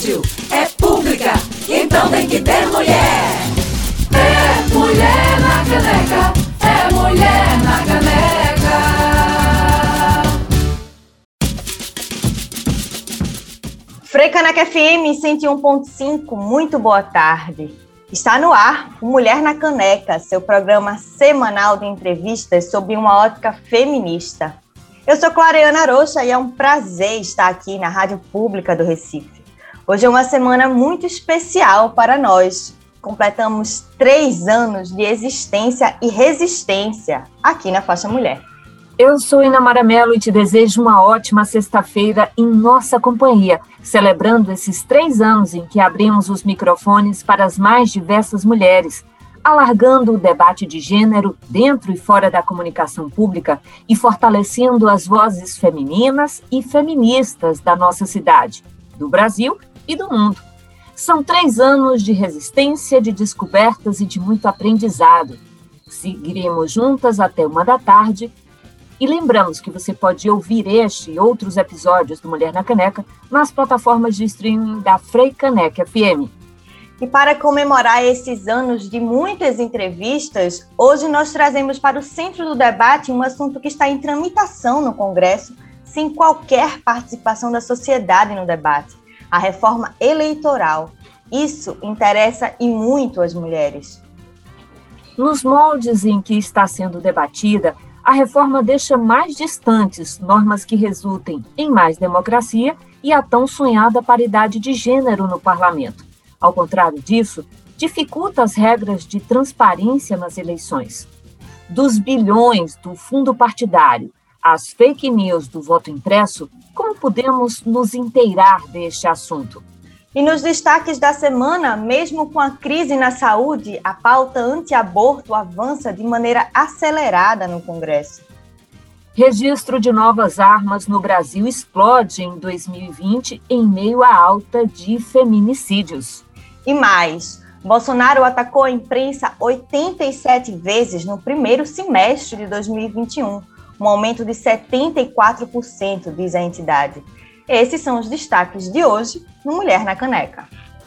rádio é pública, então tem que ter mulher. É mulher na caneca, é mulher na caneca. Freicaneca FM 101.5, muito boa tarde. Está no ar o Mulher na Caneca, seu programa semanal de entrevistas sob uma ótica feminista. Eu sou Clariana Rocha e é um prazer estar aqui na Rádio Pública do Recife. Hoje é uma semana muito especial para nós. Completamos 3 anos de existência e resistência aqui na Faixa Mulher. Eu sou Inamara Mello e te desejo uma ótima sexta-feira em nossa companhia, celebrando esses 3 anos em que abrimos os microfones para as mais diversas mulheres, alargando o debate de gênero dentro e fora da comunicação pública e fortalecendo as vozes femininas e feministas da nossa cidade, do Brasil e do mundo. São 3 anos de resistência, de descobertas e de muito aprendizado. Seguiremos juntas até 1 da tarde e lembramos que você pode ouvir este e outros episódios do Mulher na Caneca nas plataformas de streaming da Freicaneca FM. E para comemorar esses anos de muitas entrevistas, hoje nós trazemos para o centro do debate um assunto que está em tramitação no Congresso, sem qualquer participação da sociedade no debate: a reforma eleitoral. Isso interessa e muito as mulheres. Nos moldes em que está sendo debatida, a reforma deixa mais distantes normas que resultem em mais democracia e a tão sonhada paridade de gênero no parlamento. Ao contrário disso, dificulta as regras de transparência nas eleições. Dos bilhões do fundo partidário às fake news do voto impresso, como podemos nos inteirar deste assunto? E nos destaques da semana, mesmo com a crise na saúde, a pauta anti-aborto avança de maneira acelerada no Congresso. Registro de novas armas no Brasil explode em 2020 em meio à alta de feminicídios. E mais, Bolsonaro atacou a imprensa 87 vezes no primeiro semestre de 2021, um aumento de 74%, diz a entidade. Esses são os destaques de hoje no Mulher na Caneca.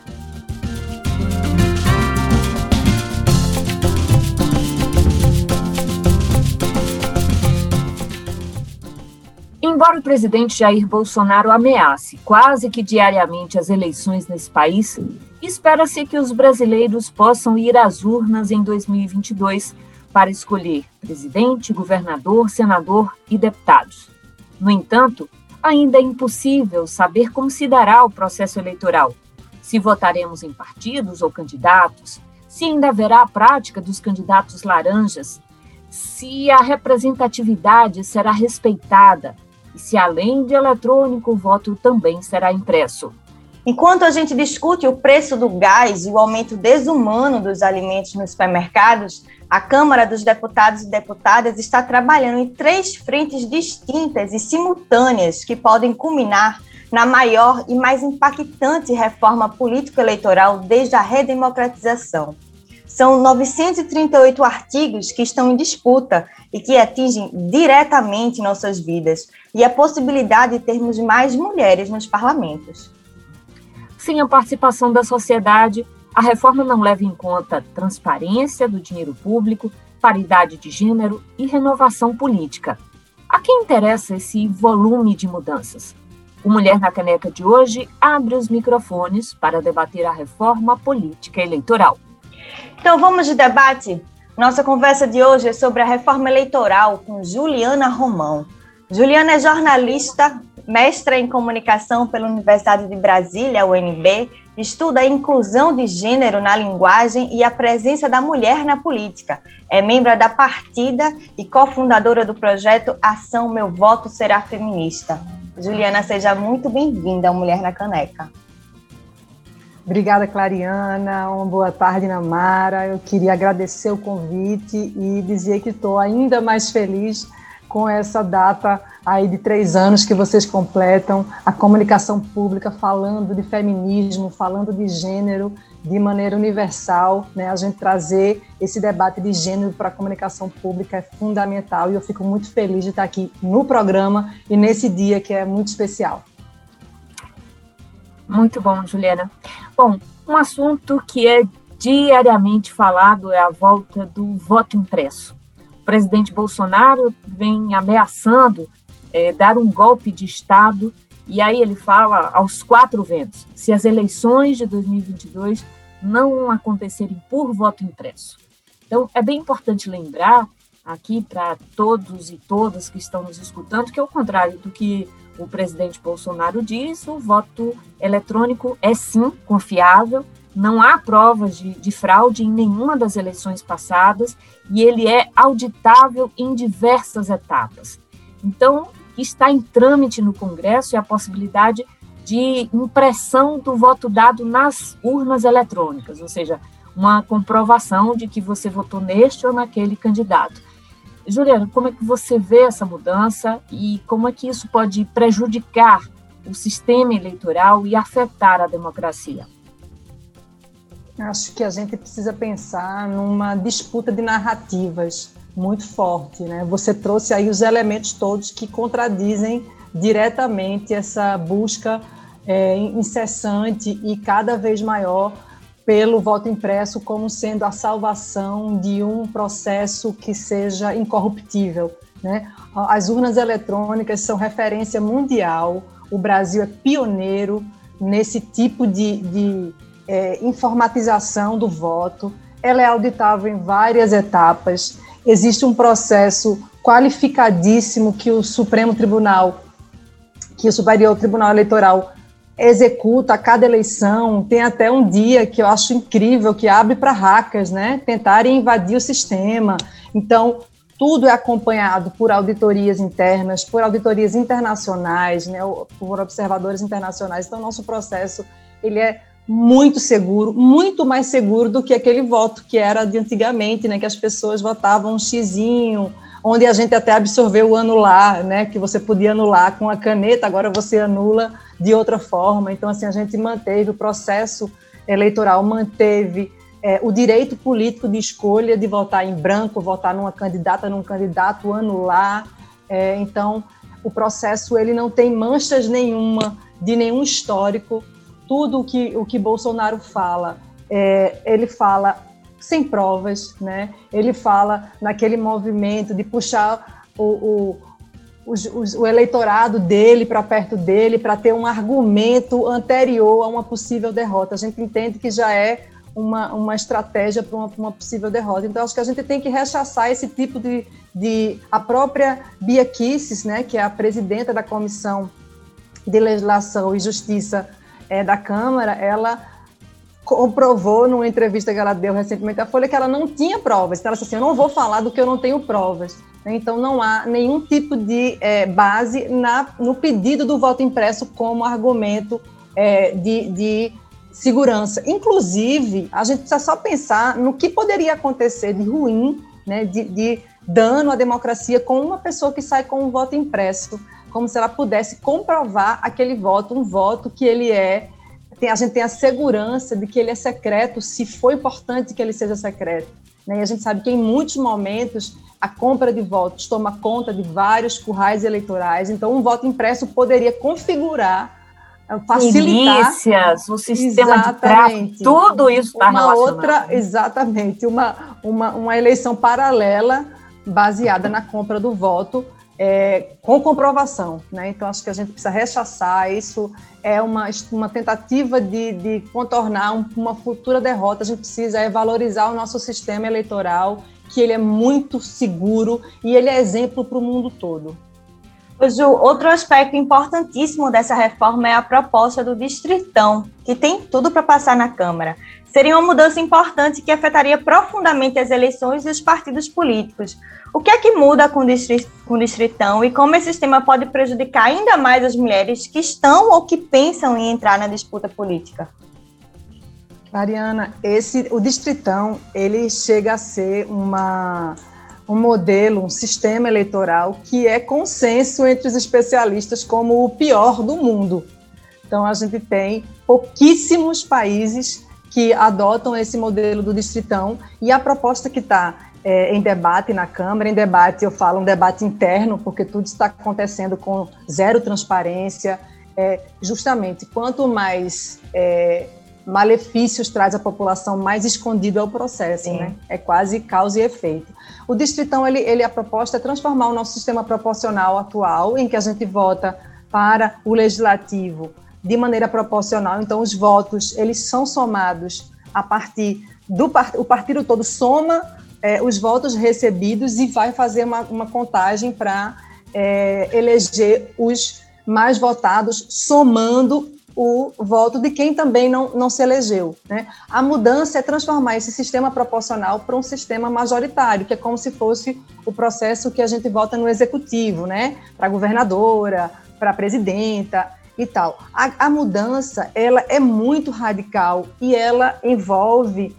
Embora o presidente Jair Bolsonaro ameace quase que diariamente as eleições nesse país, espera-se que os brasileiros possam ir às urnas em 2022 para escolher presidente, governador, senador e deputados. No entanto, ainda é impossível saber como se dará o processo eleitoral, se votaremos em partidos ou candidatos, se ainda haverá a prática dos candidatos laranjas, se a representatividade será respeitada e se, além de eletrônico, o voto também será impresso. Enquanto a gente discute o preço do gás e o aumento desumano dos alimentos nos supermercados, a Câmara dos Deputados e Deputadas está trabalhando em 3 frentes distintas e simultâneas que podem culminar na maior e mais impactante reforma político-eleitoral desde a redemocratização. São 938 artigos que estão em disputa e que atingem diretamente nossas vidas e a possibilidade de termos mais mulheres nos parlamentos. Sem a participação da sociedade, a reforma não leva em conta transparência do dinheiro público, paridade de gênero e renovação política. A quem interessa esse volume de mudanças? O Mulher na Caneca de hoje abre os microfones para debater a reforma política eleitoral. Então vamos de debate? Nossa conversa de hoje é sobre a reforma eleitoral com Juliana Romão. Juliana é jornalista, mestra em comunicação pela Universidade de Brasília, UNB, estuda a inclusão de gênero na linguagem e a presença da mulher na política. É membro da Partida e cofundadora do projeto Ação Meu Voto Será Feminista. Juliana, seja muito bem-vinda ao Mulher na Caneca. Obrigada, Clariana. Uma boa tarde, Inamara. Eu queria agradecer o convite e dizer que estou ainda mais feliz com essa data aí de 3 anos que vocês completam a comunicação pública falando de feminismo, falando de gênero de maneira universal, né? A gente trazer esse debate de gênero para a comunicação pública é fundamental e eu fico muito feliz de estar aqui no programa e nesse dia que é muito especial. Muito bom, Juliana. Bom, um assunto que é diariamente falado é a volta do voto impresso. O presidente Bolsonaro vem ameaçando dar um golpe de Estado, e aí ele fala aos quatro ventos, se as eleições de 2022 não acontecerem por voto impresso. Então, é bem importante lembrar aqui para todos e todas que estão nos escutando que, ao contrário do que o presidente Bolsonaro diz, o voto eletrônico é sim confiável, não há provas de fraude em nenhuma das eleições passadas e ele é auditável em diversas etapas. Então, está em trâmite no Congresso é a possibilidade de impressão do voto dado nas urnas eletrônicas, ou seja, uma comprovação de que você votou neste ou naquele candidato. Juliana, como é que você vê essa mudança e como é que isso pode prejudicar o sistema eleitoral e afetar a democracia? Acho que a gente precisa pensar numa disputa de narrativas muito forte, né? Você trouxe aí os elementos todos que contradizem diretamente essa busca incessante e cada vez maior pelo voto impresso como sendo a salvação de um processo que seja incorruptível, né? As urnas eletrônicas são referência mundial, o Brasil é pioneiro nesse tipo de informatização do voto, ela é auditável em várias etapas, existe um processo qualificadíssimo que o Superior Tribunal Eleitoral executa a cada eleição, tem até um dia que eu acho incrível, que abre para hackers, né, tentarem invadir o sistema. Então, tudo é acompanhado por auditorias internas, por auditorias internacionais, né, por observadores internacionais. Então, nosso processo ele é muito seguro, muito mais seguro do que aquele voto que era de antigamente, né, que as pessoas votavam um xizinho, onde a gente até absorveu o anular, né, que você podia anular com a caneta, agora você anula de outra forma. Então, assim, a gente manteve o processo eleitoral, manteve o direito político de escolha de votar em branco, votar numa candidata, num candidato, anular. Então, o processo ele não tem manchas nenhuma de nenhum histórico. Tudo o que Bolsonaro fala, ele fala sem provas, né? Ele fala naquele movimento de puxar o eleitorado dele para perto dele, para ter um argumento anterior a uma possível derrota. A gente entende que já é uma estratégia para uma possível derrota. Então, acho que a gente tem que rechaçar esse tipo de... A própria Bia Kicis, né, que é a presidenta da Comissão de Legislação e Justiça da Câmara, ela comprovou numa entrevista que ela deu recentemente à Folha que ela não tinha provas. Então, ela disse assim, eu não vou falar do que eu não tenho provas. Então, não há nenhum tipo de base no pedido do voto impresso como argumento de segurança. Inclusive, a gente precisa só pensar no que poderia acontecer de ruim, né, de dano à democracia com uma pessoa que sai com um voto impresso, como se ela pudesse comprovar aquele voto, um voto que ele a gente tem a segurança de que ele é secreto, se for importante que ele seja secreto. Né? E a gente sabe que em muitos momentos a compra de votos toma conta de vários currais eleitorais, então um voto impresso poderia configurar, facilitar... Milícias, o sistema de tráfico, tudo isso está relacionado. Exatamente, uma eleição paralela baseada na compra do voto, com comprovação, né? Então, acho que a gente precisa rechaçar, isso é uma tentativa de contornar uma futura derrota. A gente precisa valorizar o nosso sistema eleitoral, que ele é muito seguro e ele é exemplo para o mundo todo. Ju, outro aspecto importantíssimo dessa reforma é a proposta do Distritão, que tem tudo para passar na Câmara. Seria uma mudança importante que afetaria profundamente as eleições e os partidos políticos. O que é que muda com o Distritão e como esse sistema pode prejudicar ainda mais as mulheres que estão ou que pensam em entrar na disputa política? Mariana, o Distritão, ele chega a ser um modelo, um sistema eleitoral que é consenso entre os especialistas como o pior do mundo. Então, a gente tem pouquíssimos países que adotam esse modelo do Distritão e a proposta que está em debate na Câmara, em debate, eu falo um debate interno, porque tudo está acontecendo com zero transparência, justamente, quanto mais malefícios traz a população, mais escondido é o processo, né? É quase causa e efeito. O Distritão, a proposta é transformar o nosso sistema proporcional atual, em que a gente vota para o legislativo de maneira proporcional. Então, os votos, eles são somados a partir o partido todo soma os votos recebidos e vai fazer uma contagem para eleger os mais votados, somando o voto de quem também não se elegeu, né? A mudança é transformar esse sistema proporcional para um sistema majoritário, que é como se fosse o processo que a gente vota no executivo, né? Para a governadora, para a presidenta e tal. A mudança, ela é muito radical e ela envolve...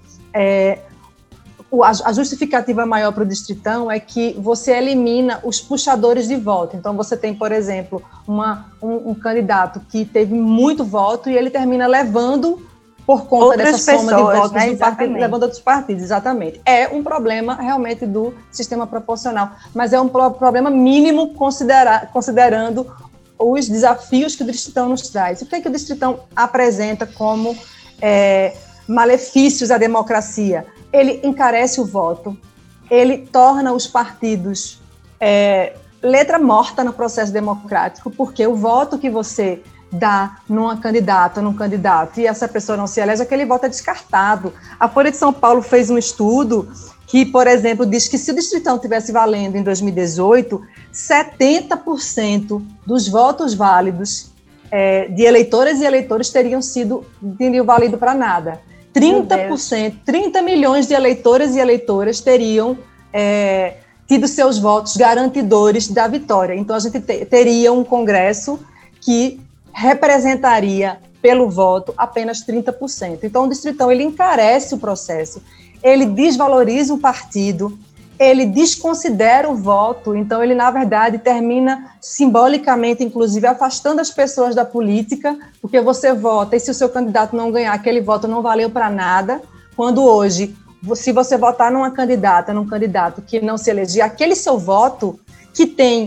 A justificativa maior para o Distritão é que você elimina os puxadores de voto. Então, você tem, por exemplo, um candidato que teve muito voto e ele termina levando, por conta outras dessa pessoas, soma de votos né? do partido, levando outros partidos, exatamente. É um problema realmente do sistema proporcional, mas é um problema mínimo considerando os desafios que o Distritão nos traz. O que é que o Distritão apresenta como malefícios à democracia? Ele encarece o voto, ele torna os partidos letra morta no processo democrático, porque o voto que você dá num candidato, e essa pessoa não se elege, aquele voto é descartado. A Folha de São Paulo fez um estudo que, por exemplo, diz que se o Distritão tivesse valendo em 2018, 70% dos votos válidos de eleitoras e eleitores teriam valido para nada. 30%, 30 milhões de eleitoras e eleitoras teriam tido seus votos garantidores da vitória. Então, a gente teria um Congresso que representaria pelo voto apenas 30%. Então, o Distritão, ele encarece o processo, ele desvaloriza o partido, ele desconsidera o voto, então ele, na verdade, termina simbolicamente, inclusive, afastando as pessoas da política, porque você vota, e se o seu candidato não ganhar, aquele voto não valeu para nada, quando hoje, se você votar num candidato que não se eleger, aquele seu voto, que tem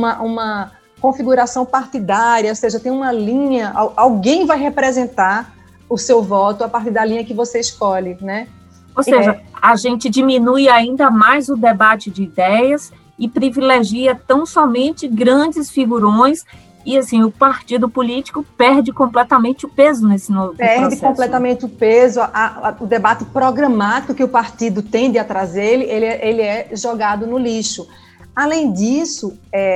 uma configuração partidária, ou seja, tem uma linha, alguém vai representar o seu voto a partir da linha que você escolhe, né? Ou seja, a gente diminui ainda mais o debate de ideias e privilegia tão somente grandes figurões e, assim, o partido político perde completamente o peso nesse novo processo. Perde completamente o peso, o debate programático que o partido tende a trazer, ele é jogado no lixo. Além disso,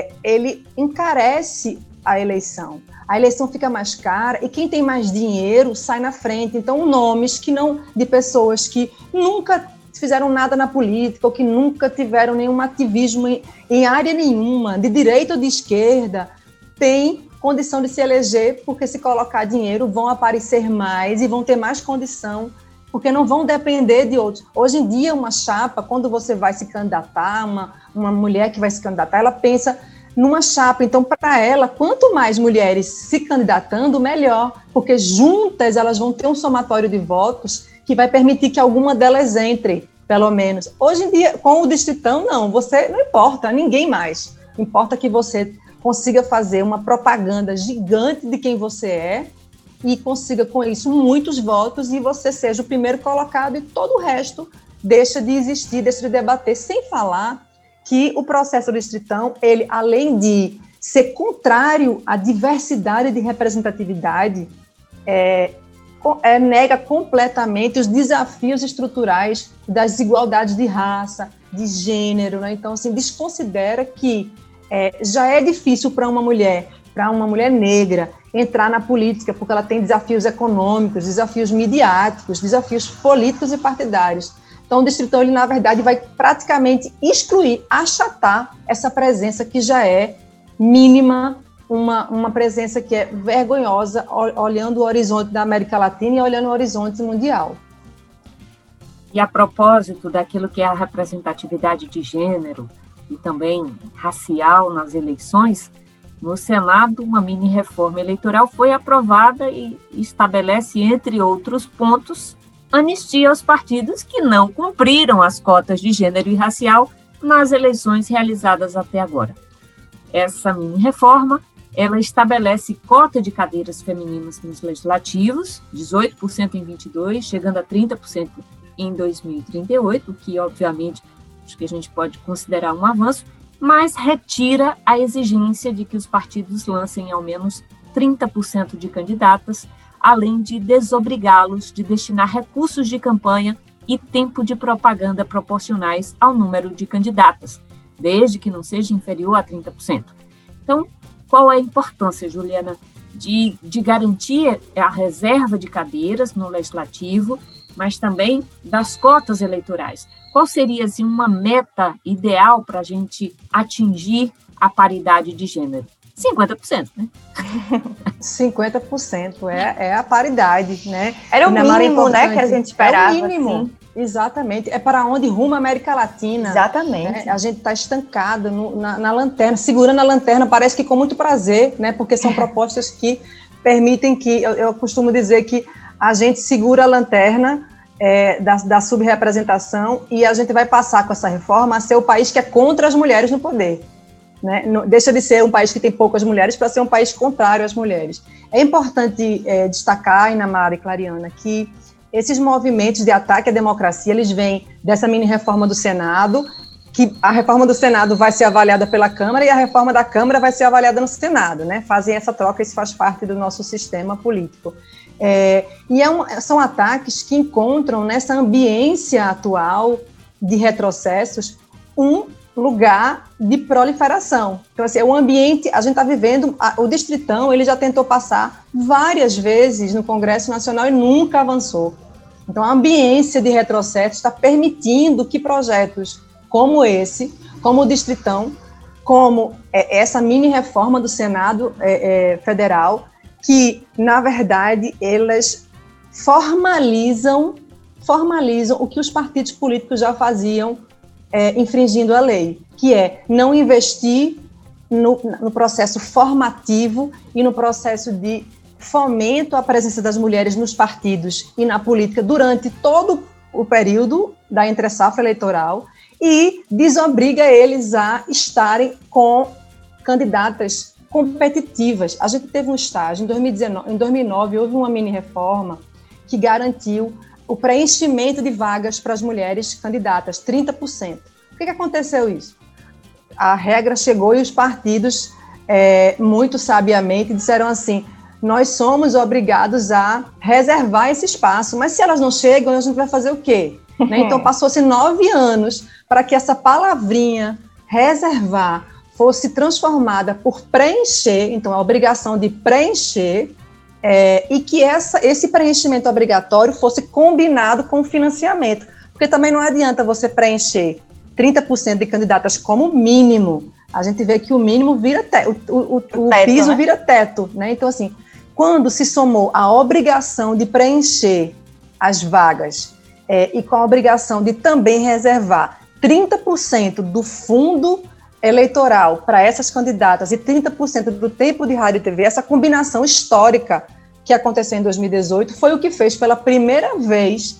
ele encarece a eleição. A eleição fica mais cara e quem tem mais dinheiro sai na frente. Então, nomes de pessoas que nunca fizeram nada na política ou que nunca tiveram nenhum ativismo em área nenhuma, de direita ou de esquerda, têm condição de se eleger, porque se colocar dinheiro vão aparecer mais e vão ter mais condição, porque não vão depender de outros. Hoje em dia, uma chapa, quando você vai se candidatar, uma mulher que vai se candidatar, ela pensa numa chapa. Então, para ela, quanto mais mulheres se candidatando, melhor, porque juntas elas vão ter um somatório de votos que vai permitir que alguma delas entre, pelo menos. Hoje em dia, com o Distritão, não importa, ninguém mais. Importa que você consiga fazer uma propaganda gigante de quem você é e consiga, com isso, muitos votos e você seja o primeiro colocado e todo o resto deixa de existir, deixa de debater, sem falar que o processo do Distritão, ele, além de ser contrário à diversidade de representatividade, nega completamente os desafios estruturais das desigualdades de raça, de gênero, né? Então, assim, desconsidera que já é difícil para uma mulher negra, entrar na política, porque ela tem desafios econômicos, desafios midiáticos, desafios políticos e partidários. Então, o Distritão, ele, na verdade, vai praticamente excluir, achatar essa presença que já é mínima, uma presença que é vergonhosa, olhando o horizonte da América Latina e olhando o horizonte mundial. E a propósito daquilo que é a representatividade de gênero e também racial nas eleições, no Senado, uma mini-reforma eleitoral foi aprovada e estabelece, entre outros pontos, anistia aos partidos que não cumpriram as cotas de gênero e racial nas eleições realizadas até agora. Essa mini-reforma ela estabelece cota de cadeiras femininas nos legislativos, 18% em 22, chegando a 30% em 2038, o que, obviamente, acho que a gente pode considerar um avanço, mas retira a exigência de que os partidos lancem ao menos 30% de candidatas, além de desobrigá-los de destinar recursos de campanha e tempo de propaganda proporcionais ao número de candidatas, desde que não seja inferior a 30%. Então, qual é a importância, Juliana, de garantir a reserva de cadeiras no Legislativo, mas também das cotas eleitorais? Qual seria assim, uma meta ideal para a gente atingir a paridade de gênero? 50%, né? 50% é a paridade, né? Era o mínimo, né, que a gente esperava. É o mínimo, assim. Exatamente. É para onde ruma a América Latina. Exatamente. Né? A gente está estancado na lanterna, segurando a lanterna, parece que com muito prazer, né? Porque são propostas que permitem que, eu costumo dizer que a gente segura a lanterna da subrepresentação e a gente vai passar com essa reforma a ser o país que é contra as mulheres no poder. Né? Deixa de ser um país que tem poucas mulheres para ser um país contrário às mulheres. É importante destacar, Inamara e Clariana, que esses movimentos de ataque à democracia, eles vêm dessa mini-reforma do Senado, que a reforma do Senado vai ser avaliada pela Câmara e a reforma da Câmara vai ser avaliada no Senado, né? Fazem essa troca, isso faz parte do nosso sistema político. São ataques que encontram nessa ambiência atual de retrocessos um lugar de proliferação. Então, assim, o ambiente, a gente está vivendo, o Distritão, ele já tentou passar várias vezes no Congresso Nacional e nunca avançou. Então, a ambiência de retrocesso está permitindo que projetos como esse, como o Distritão, como essa mini-reforma do Senado Federal, que, na verdade, elas formalizam o que os partidos políticos já faziam infringindo a lei, que é não investir no processo formativo e no processo de fomento à presença das mulheres nos partidos e na política durante todo o período da entre-safra eleitoral e desobriga eles a estarem com candidatas competitivas. A gente teve um estágio, em 2009, houve uma mini-reforma que garantiu o preenchimento de vagas para as mulheres candidatas, 30%. Por que aconteceu isso? A regra chegou e os partidos, muito sabiamente, disseram assim, nós somos obrigados a reservar esse espaço, mas se elas não chegam, a gente vai fazer o quê? Né? Então, passou-se 9 anos para que essa palavrinha, reservar, fosse transformada por preencher, então a obrigação de preencher, e que esse preenchimento obrigatório fosse combinado com o financiamento, porque também não adianta você preencher 30% de candidatas como mínimo, a gente vê que o mínimo vira teto, o piso, né? Vira teto, né? Então, assim, quando se somou a obrigação de preencher as vagas e com a obrigação de também reservar 30% do fundo eleitoral para essas candidatas e 30% do tempo de rádio e TV, essa combinação histórica que aconteceu em 2018 foi o que fez pela primeira vez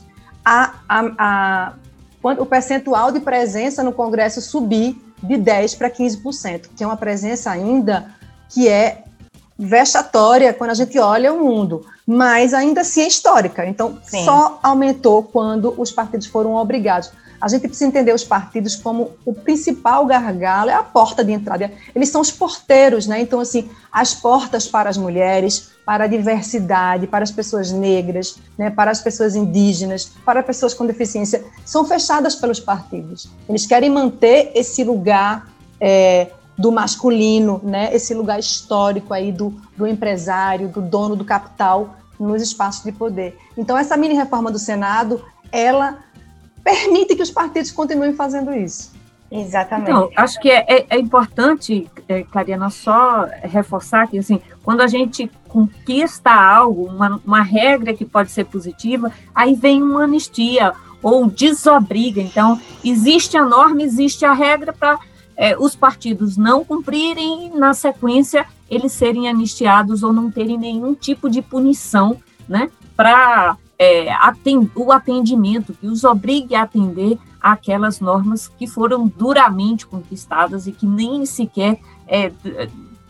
o percentual de presença no Congresso subir de 10% para 15%, que é uma presença ainda que é vexatória quando a gente olha o mundo, mas ainda assim é histórica. Então, sim, só aumentou quando os partidos foram obrigados. A gente precisa entender os partidos como o principal gargalo, é a porta de entrada. Eles são os porteiros, né? Então, assim, as portas para as mulheres, para a diversidade, para as pessoas negras, né? Para as pessoas indígenas, para pessoas com deficiência, são fechadas pelos partidos. Eles querem manter esse lugar do masculino, né? Esse lugar histórico aí do empresário, do dono do capital nos espaços de poder. Então, essa mini-reforma do Senado, ela permite que os partidos continuem fazendo isso. Exatamente. Então, acho que é importante, Clariana, só reforçar que, assim, quando a gente conquista algo, uma regra que pode ser positiva, aí vem uma anistia ou desobriga. Então, existe a norma, existe a regra para os partidos não cumprirem, na sequência, eles serem anistiados ou não terem nenhum tipo de punição, né, para o atendimento, que os obrigue a atender aquelas normas que foram duramente conquistadas e que nem sequer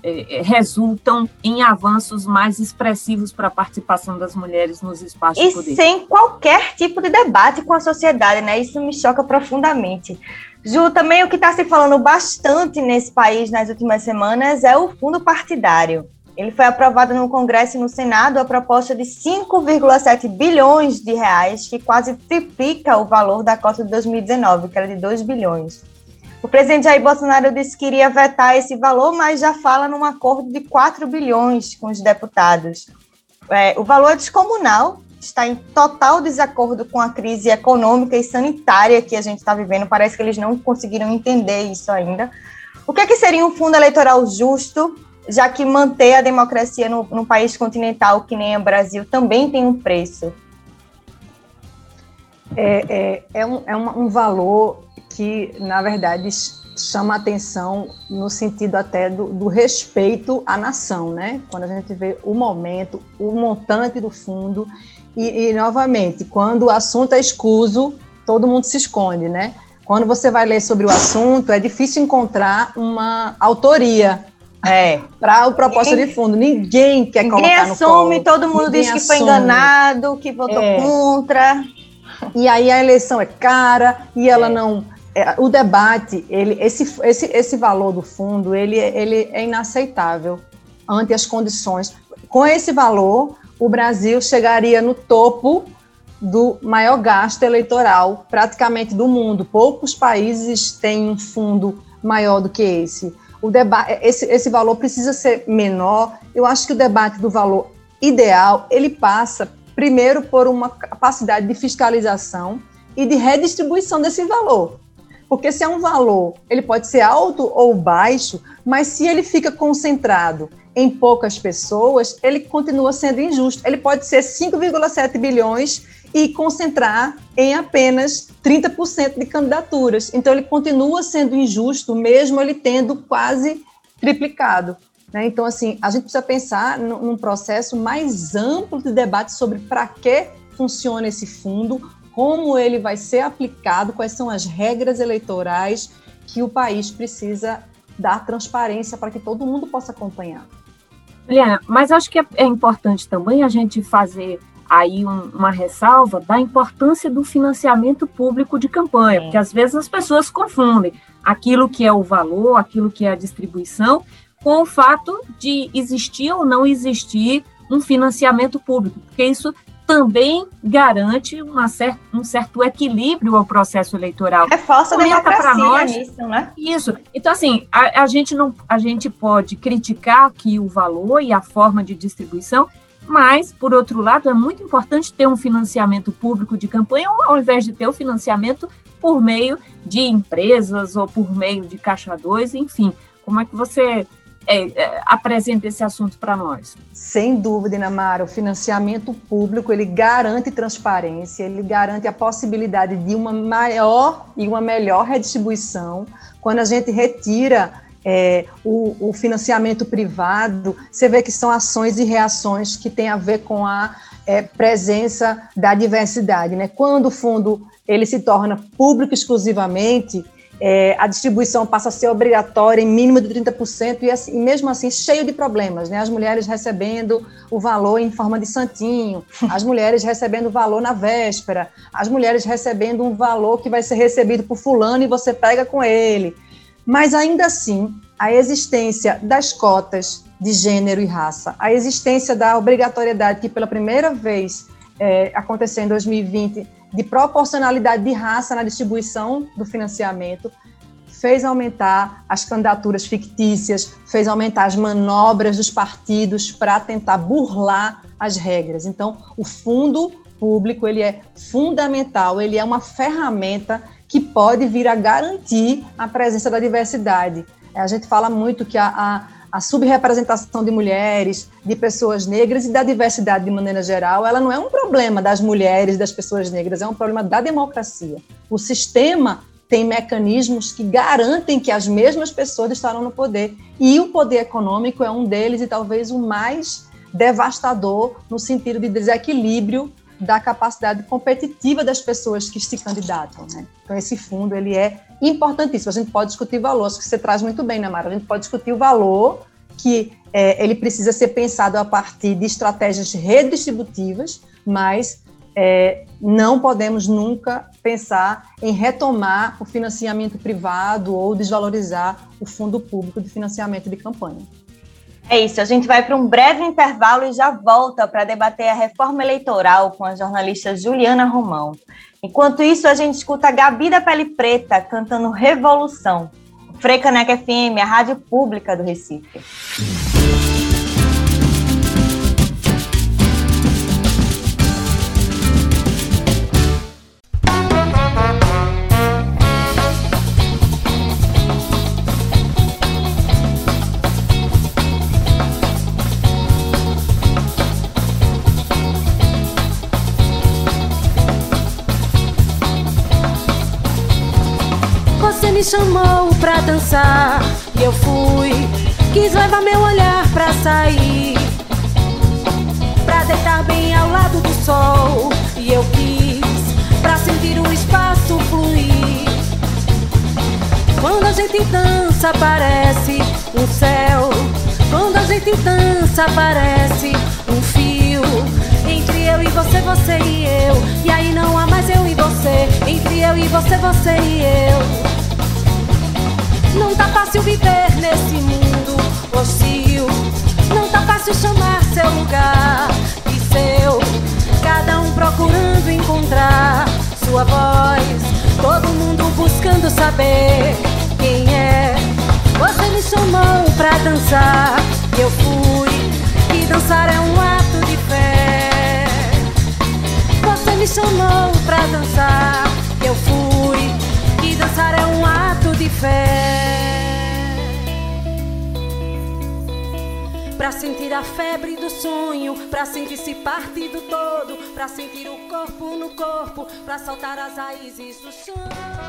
resultam em avanços mais expressivos para a participação das mulheres nos espaços de poder. E sem qualquer tipo de debate com a sociedade, né? Isso me choca profundamente. Ju, também o que está se falando bastante nesse país nas últimas semanas é o fundo partidário. Ele foi aprovado no Congresso e no Senado a proposta de 5,7 bilhões de reais, que quase triplica o valor da cota de 2019, que era de 2 bilhões. O presidente Jair Bolsonaro disse que iria vetar esse valor, mas já fala num acordo de 4 bilhões com os deputados. O valor é descomunal, está em total desacordo com a crise econômica e sanitária que a gente está vivendo. Parece que eles não conseguiram entender isso ainda. O que é que seria um fundo eleitoral justo, já que manter a democracia num país continental que nem o Brasil também tem um preço? Um valor que, na verdade, chama atenção no sentido até do respeito à nação, né? Quando a gente vê o momento, o montante do fundo e novamente, quando o assunto é escuso, todo mundo se esconde, né? Quando você vai ler sobre o assunto, é difícil encontrar uma autoria para o propósito de fundo. Ninguém quer colocar no colo. Ninguém assume, todo mundo diz que foi enganado, que votou contra. E aí a eleição é cara e ela não... O debate, esse valor do fundo, ele é inaceitável ante as condições. Com esse valor, o Brasil chegaria no topo do maior gasto eleitoral praticamente do mundo. Poucos países têm um fundo maior do que esse. Esse valor precisa ser menor. Eu acho que o debate do valor ideal, ele passa primeiro por uma capacidade de fiscalização e de redistribuição desse valor. Porque se é um valor, ele pode ser alto ou baixo, mas se ele fica concentrado em poucas pessoas, ele continua sendo injusto. Ele pode ser 5,7 bilhões e concentrar em apenas 30% de candidaturas. Então, ele continua sendo injusto, mesmo ele tendo quase triplicado. Né? Então, assim, a gente precisa pensar num processo mais amplo de debate sobre para que funciona esse fundo, como ele vai ser aplicado, quais são as regras eleitorais que o país precisa dar transparência para que todo mundo possa acompanhar. Juliana, mas acho que é importante também a gente fazer aí uma ressalva da importância do financiamento público de campanha, porque às vezes as pessoas confundem aquilo que é o valor, aquilo que é a distribuição, com o fato de existir ou não existir um financiamento público, porque isso também garante um certo equilíbrio ao processo eleitoral. Reforça a democracia nisso, né? Isso. Então, assim, a gente pode criticar aqui o valor e a forma de distribuição, mas, por outro lado, é muito importante ter um financiamento público de campanha, ao invés de ter o financiamento por meio de empresas ou por meio de Caixa 2, enfim. Como é que você apresenta esse assunto para nós? Sem dúvida, Inamara, o financiamento público, ele garante transparência, ele garante a possibilidade de uma maior e uma melhor redistribuição. Quando a gente retira o financiamento privado, você vê que são ações e reações que têm a ver com a presença da diversidade, né? Quando o fundo ele se torna público exclusivamente, a distribuição passa a ser obrigatória em mínimo de 30% e mesmo assim cheio de problemas, né? As mulheres recebendo o valor em forma de santinho, as mulheres recebendo o valor na véspera, as mulheres recebendo um valor que vai ser recebido por fulano e você pega com ele. Mas ainda assim, a existência das cotas de gênero e raça, a existência da obrigatoriedade que pela primeira vez aconteceu em 2020, de proporcionalidade de raça na distribuição do financiamento, fez aumentar as candidaturas fictícias, fez aumentar as manobras dos partidos para tentar burlar as regras. Então, o fundo público ele é fundamental, ele é uma ferramenta que pode vir a garantir a presença da diversidade. A gente fala muito que a subrepresentação de mulheres, de pessoas negras e da diversidade de maneira geral, ela não é um problema das mulheres, das pessoas negras, é um problema da democracia. O sistema tem mecanismos que garantem que as mesmas pessoas estarão no poder, e o poder econômico é um deles e talvez o mais devastador no sentido de desequilíbrio da capacidade competitiva das pessoas que se candidatam, né? Então, esse fundo ele é importantíssimo. A gente pode discutir valor, acho que você traz muito bem, né, Mara? A gente pode discutir o valor que ele precisa ser pensado a partir de estratégias redistributivas, mas não podemos nunca pensar em retomar o financiamento privado ou desvalorizar o fundo público de financiamento de campanha. É isso, a gente vai para um breve intervalo e já volta para debater a reforma eleitoral com a jornalista Juliana Romão. Enquanto isso, a gente escuta a Gabi da Pele Preta cantando Revolução. Frecaneca FM, a rádio pública do Recife. Você me chamou pra dançar e eu fui. Quis levar meu olhar pra sair, pra deitar bem ao lado do sol. E eu quis, pra sentir o espaço fluir. Quando a gente dança parece um céu. Quando a gente dança parece um fio. Entre eu e você, você e eu. E aí não há mais eu e você. Entre eu e você, você e eu. Não tá fácil viver nesse mundo hostil. Não tá fácil chamar seu lugar e seu. Cada um procurando encontrar sua voz. Todo mundo buscando saber quem é. Você me chamou pra dançar e eu fui. E dançar é um ato de fé. Você me chamou pra dançar e eu fui. E dançar é um ato de fé. Pra sentir a febre do sonho, pra sentir-se parte do todo, pra sentir o corpo no corpo, pra saltar as raízes do chão.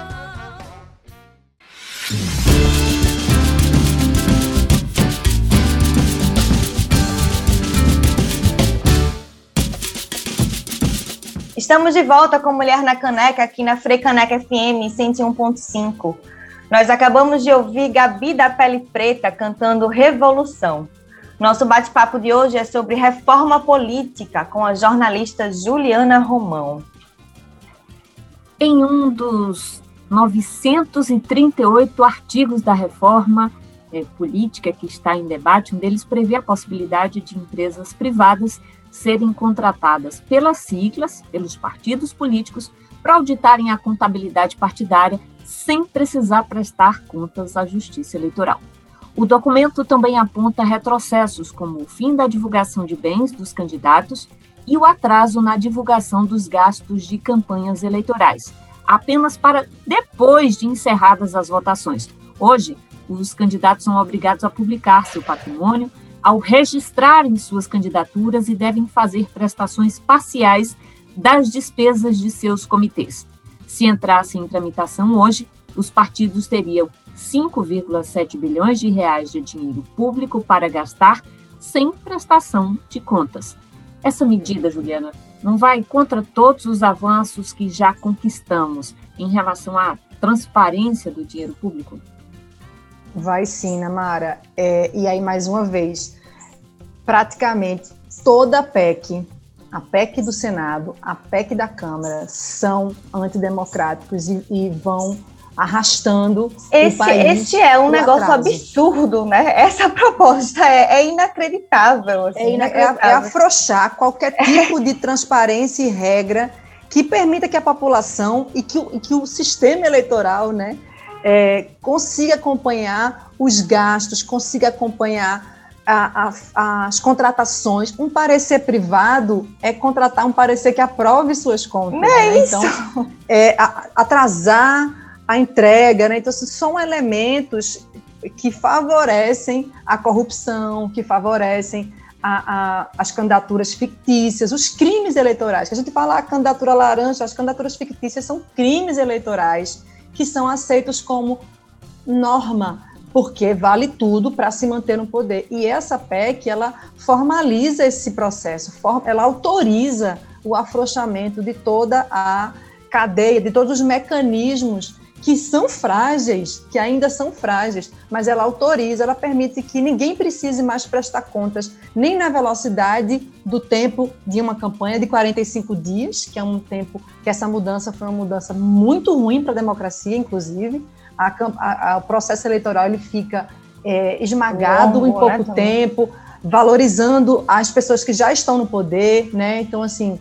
Estamos de volta com Mulher na Caneca, aqui na Frecaneca FM 101.5. Nós acabamos de ouvir Gabi da Pele Preta cantando Revolução. Nosso bate-papo de hoje é sobre reforma política com a jornalista Juliana Romão. Em um dos 938 artigos da reforma política que está em debate, um deles prevê a possibilidade de empresas privadas serem contratadas pelas siglas, pelos partidos políticos, para auditarem a contabilidade partidária sem precisar prestar contas à Justiça Eleitoral. O documento também aponta retrocessos, como o fim da divulgação de bens dos candidatos e o atraso na divulgação dos gastos de campanhas eleitorais, apenas para depois de encerradas as votações. Hoje, os candidatos são obrigados a publicar seu patrimônio ao registrarem suas candidaturas e devem fazer prestações parciais das despesas de seus comitês. Se entrasse em tramitação hoje, os partidos teriam 5,7 bilhões de reais de dinheiro público para gastar sem prestação de contas. Essa medida, Juliana, não vai contra todos os avanços que já conquistamos em relação à transparência do dinheiro público? Vai sim, Namara. E aí, mais uma vez, praticamente toda a PEC do Senado, a PEC da Câmara, são antidemocráticos e vão arrastando o país. Esse é um negócio atraso. Absurdo, né? Essa proposta é inacreditável. Assim, É afrouxar qualquer tipo de transparência e regra que permita que a população e que o sistema eleitoral, né, consiga acompanhar os gastos, consiga acompanhar as contratações. Um parecer privado é contratar um parecer que aprove suas contas. Né? Isso. Então, atrasar a entrega, né? Então, são elementos que favorecem a corrupção, que favorecem as candidaturas fictícias, os crimes eleitorais. Que a gente fala a candidatura laranja, as candidaturas fictícias são crimes eleitorais que são aceitos como norma, porque vale tudo para se manter no poder. E essa PEC, ela formaliza esse processo, ela autoriza o afrouxamento de toda a cadeia, de todos os mecanismos que são frágeis, que ainda são frágeis, mas ela autoriza, ela permite que ninguém precise mais prestar contas, nem na velocidade do tempo de uma campanha de 45 dias, que é um tempo que essa mudança foi uma mudança muito ruim para a democracia, inclusive. O processo eleitoral ele fica esmagado em pouco tempo, valorizando as pessoas que já estão no poder, né? Então, assim,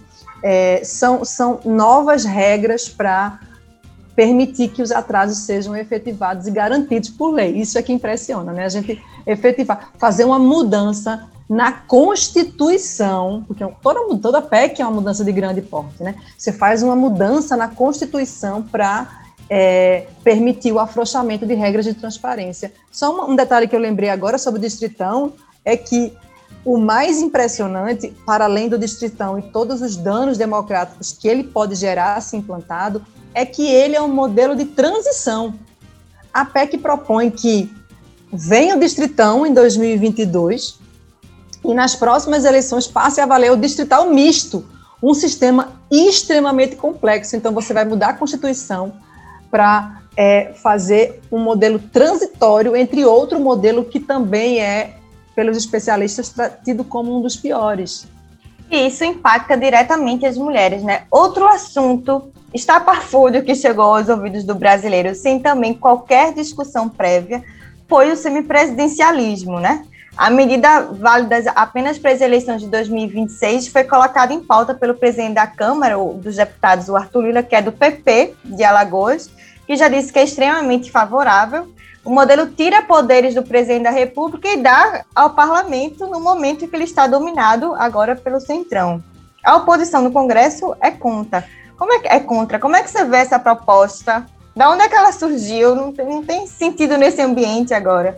são novas regras para permitir que os atrasos sejam efetivados e garantidos por lei. Isso é que impressiona, né? A gente fazer uma mudança na Constituição, porque toda PEC é uma mudança de grande porte, né? Você faz uma mudança na Constituição para permitir o afrouxamento de regras de transparência. Só um detalhe que eu lembrei agora sobre o Distritão é que o mais impressionante, para além do Distritão e todos os danos democráticos que ele pode gerar se implantado, é que ele é um modelo de transição. A PEC propõe que venha o Distritão em 2022 e nas próximas eleições passe a valer o Distrital misto, um sistema extremamente complexo. Então, você vai mudar a Constituição para fazer um modelo transitório entre outro modelo que também é, pelos especialistas, tido como um dos piores. E isso impacta diretamente as mulheres, né? Outro assunto estapafúrdio que chegou aos ouvidos do brasileiro, sem também qualquer discussão prévia, foi o semipresidencialismo, né? A medida válida apenas para as eleições de 2026 foi colocada em pauta pelo presidente da Câmara dos Deputados, o Arthur Lira, que é do PP de Alagoas, que já disse que é extremamente favorável. O modelo tira poderes do presidente da República e dá ao parlamento no momento em que ele está dominado agora pelo Centrão. A oposição no Congresso é contra. Como é que você vê essa proposta? Da onde é que ela surgiu? Não tem sentido nesse ambiente agora.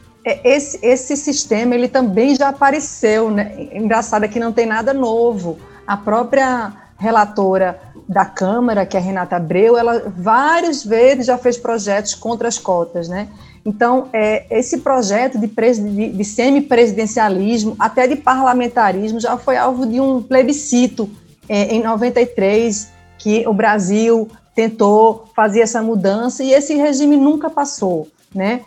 Esse sistema ele também já apareceu, né? Engraçado é que não tem nada novo. A própria relatora da Câmara, que é a Renata Abreu, ela várias vezes já fez projetos contra as cotas, né? Então, esse projeto de semipresidencialismo, até de parlamentarismo, já foi alvo de um plebiscito em 93, que o Brasil tentou fazer essa mudança e esse regime nunca passou, né?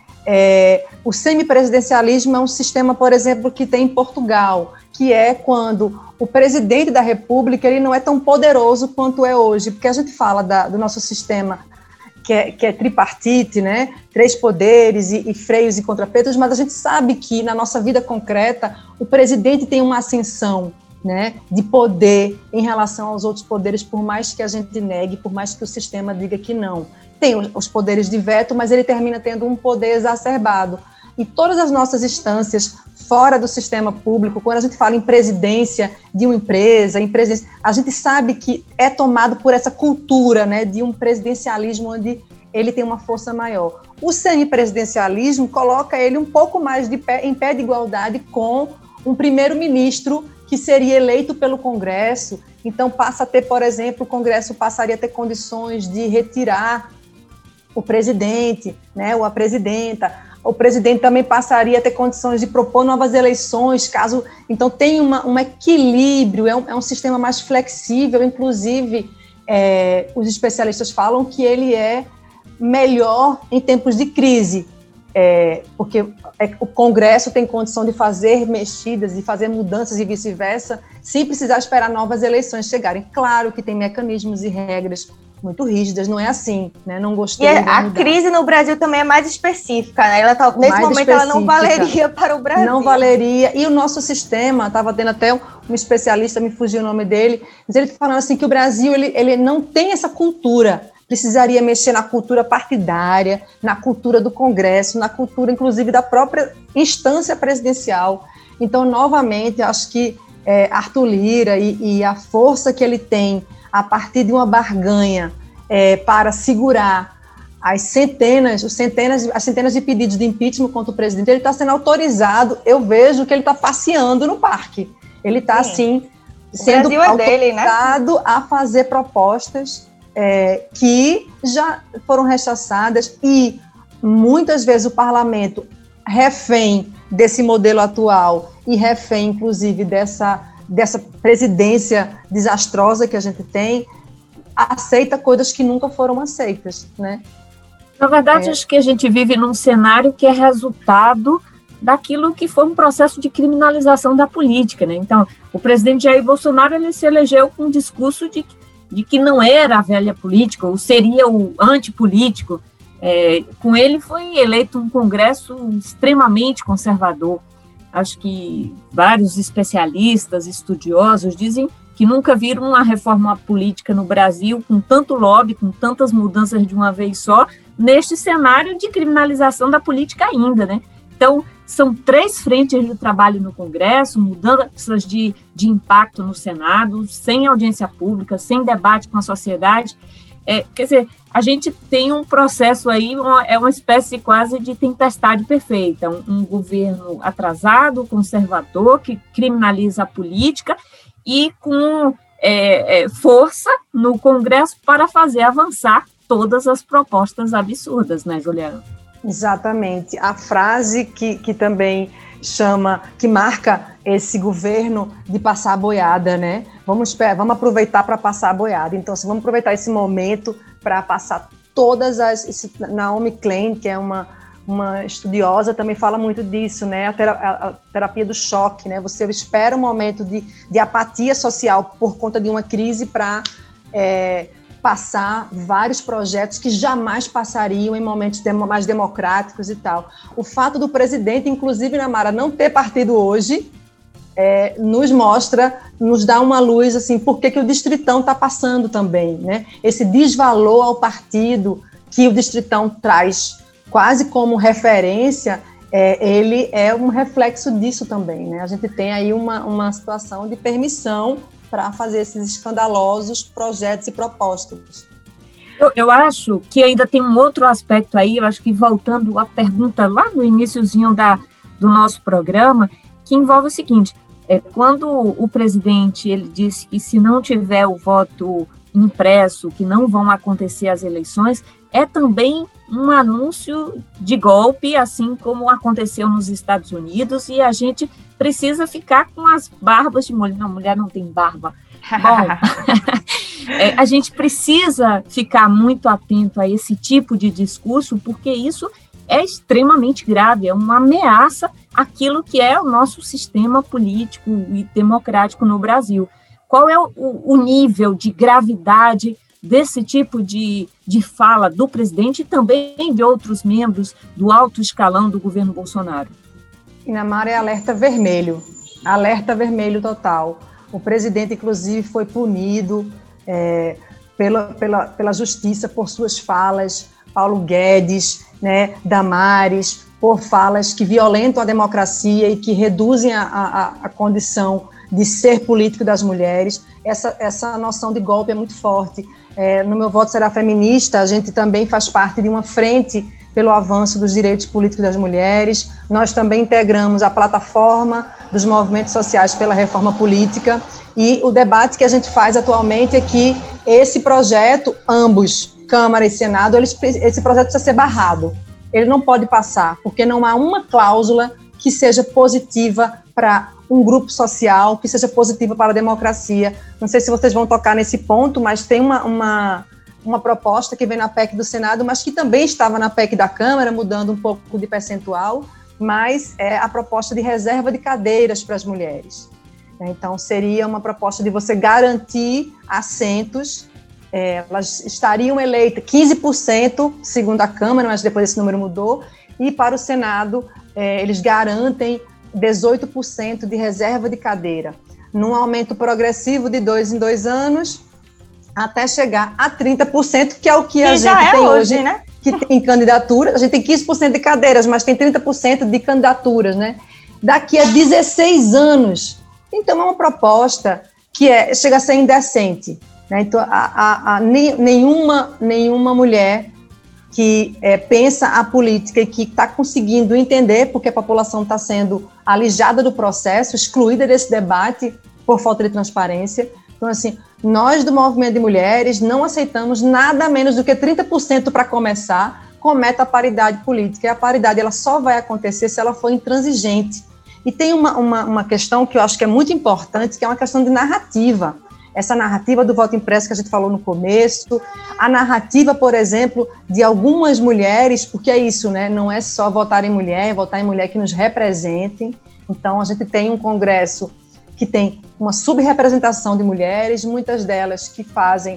O semipresidencialismo é um sistema, por exemplo, que tem em Portugal, que é quando o presidente da República ele não é tão poderoso quanto é hoje, porque a gente fala do nosso sistema que é tripartite, né? 3 poderes e freios e contrapesos, mas a gente sabe que na nossa vida concreta o presidente tem uma ascensão, né, de poder em relação aos outros poderes, por mais que a gente negue, por mais que o sistema diga que não. Tem os poderes de veto, mas ele termina tendo um poder exacerbado. E todas as nossas instâncias fora do sistema público, quando a gente fala em presidência de uma empresa, a gente sabe que é tomado por essa cultura, né, de um presidencialismo onde ele tem uma força maior. O semipresidencialismo coloca ele um pouco mais em pé de igualdade com um primeiro-ministro que seria eleito pelo Congresso. Então passa a ter, por exemplo, o Congresso passaria a ter condições de retirar o presidente, né, ou a presidenta. O presidente também passaria a ter condições de propor novas eleições, caso... Então, tem um equilíbrio, é um sistema mais flexível, inclusive, os especialistas falam que ele é melhor em tempos de crise, porque o Congresso tem condição de fazer mexidas, de fazer mudanças e vice-versa, sem precisar esperar novas eleições chegarem. Claro que tem mecanismos e regras muito rígidas, não é assim, né? Não gostei. E a crise no Brasil também é mais específica, né? Nesse momento ela não valeria para o Brasil. Não valeria. E o nosso sistema, estava tendo até um especialista, me fugiu o nome dele, mas ele falando assim que o Brasil ele não tem essa cultura. Precisaria mexer na cultura partidária, na cultura do Congresso, na cultura, inclusive, da própria instância presidencial. Então, novamente, acho que Arthur Lira e a força que ele tem a partir de uma barganha para segurar as centenas de pedidos de impeachment contra o presidente, ele está sendo autorizado, eu vejo que ele está passeando no parque. Ele está, assim, sendo autorizado, né, a fazer propostas que já foram rechaçadas e, muitas vezes, o parlamento, refém desse modelo atual e refém, inclusive, dessa presidência desastrosa que a gente tem, aceita coisas que nunca foram aceitas, né? Na verdade, acho que a gente vive num cenário que é resultado daquilo que foi um processo de criminalização da política, né? Então, o presidente Jair Bolsonaro, ele se elegeu com um discurso de que não era a velha política, ou seria o antipolítico. Com ele foi eleito um Congresso extremamente conservador. Acho que vários especialistas, estudiosos, dizem que nunca viram uma reforma política no Brasil com tanto lobby, com tantas mudanças de uma vez só, neste cenário de criminalização da política ainda, né? Então, são 3 frentes de trabalho no Congresso, mudanças de impacto no Senado, sem audiência pública, sem debate com a sociedade. Quer dizer, a gente tem um processo aí, é uma espécie quase de tempestade perfeita, um governo atrasado, conservador, que criminaliza a política e com força no Congresso para fazer avançar todas as propostas absurdas, né, Juliana? Exatamente. A frase que também que marca esse governo de passar a boiada, né? Vamos aproveitar para passar a boiada. Então, vamos aproveitar esse momento para passar Naomi Klein, que é uma estudiosa, também fala muito disso, né? A terapia do choque, né? Você espera um momento de apatia social por conta de uma crise para passar vários projetos que jamais passariam em momentos mais democráticos e tal. O fato do presidente, inclusive, Namara, não ter partido hoje, nos dá uma luz, assim, por que o Distritão está passando também, né? Esse desvalor ao partido que o Distritão traz quase como referência, ele é um reflexo disso também, né? A gente tem aí uma situação de permissão para fazer esses escandalosos projetos e propostas. Eu acho que ainda tem um outro aspecto aí, eu acho que voltando à pergunta lá no iniciozinho do nosso programa, que envolve o seguinte, quando o presidente ele disse que se não tiver o voto impresso, que não vão acontecer as eleições, é também um anúncio de golpe, assim como aconteceu nos Estados Unidos, e a gente precisa ficar com as barbas de molho. Não, mulher não tem barba. Bom, a gente precisa ficar muito atento a esse tipo de discurso, porque isso é extremamente grave, é uma ameaça àquilo que é o nosso sistema político e democrático no Brasil. Qual é o nível de gravidade desse tipo de fala do presidente e também de outros membros do alto escalão do governo Bolsonaro? Inamara, é alerta vermelho total. O presidente, inclusive, foi punido pela justiça por suas falas, Paulo Guedes, né, Damares, por falas que violentam a democracia e que reduzem a condição de ser político das mulheres. Essa noção de golpe é muito forte. No Meu Voto Será Feminista, a gente também faz parte de uma frente pelo avanço dos direitos políticos das mulheres. Nós também integramos a plataforma dos movimentos sociais pela reforma política, e o debate que a gente faz atualmente é que esse projeto, ambos, Câmara e Senado, esse projeto precisa ser barrado. Ele não pode passar, porque não há uma cláusula que seja positiva para um grupo social, que seja positiva para a democracia. Não sei se vocês vão tocar nesse ponto, mas tem uma proposta que vem na PEC do Senado, mas que também estava na PEC da Câmara, mudando um pouco de percentual, mas é a proposta de reserva de cadeiras para as mulheres. Então, seria uma proposta de você garantir assentos, elas estariam eleitas 15%, segundo a Câmara, mas depois esse número mudou, e para o Senado, eles garantem 18% de reserva de cadeira, num aumento progressivo de 2 em 2 anos, até chegar a 30%, que é o que a gente tem hoje, né? Que tem candidatura. A gente tem 15% de cadeiras, mas tem 30% de candidaturas, né? Daqui a 16 anos. Então, é uma proposta que chega a ser indecente, né? Então, nenhuma mulher que pensa a política e que está conseguindo entender porque a população está sendo alijada do processo, excluída desse debate por falta de transparência. Então, assim, nós do movimento de mulheres não aceitamos nada menos do que 30% para começar com meta paridade política. E a paridade ela só vai acontecer se ela for intransigente. E tem uma questão que eu acho que é muito importante, que é uma questão de narrativa. essa narrativa do voto impresso que a gente falou no começo, a narrativa, por exemplo, de algumas mulheres, porque é isso, né? Não é só votar em mulher que nos representem. Então, a gente tem um Congresso que tem uma subrepresentação de mulheres, muitas delas que fazem,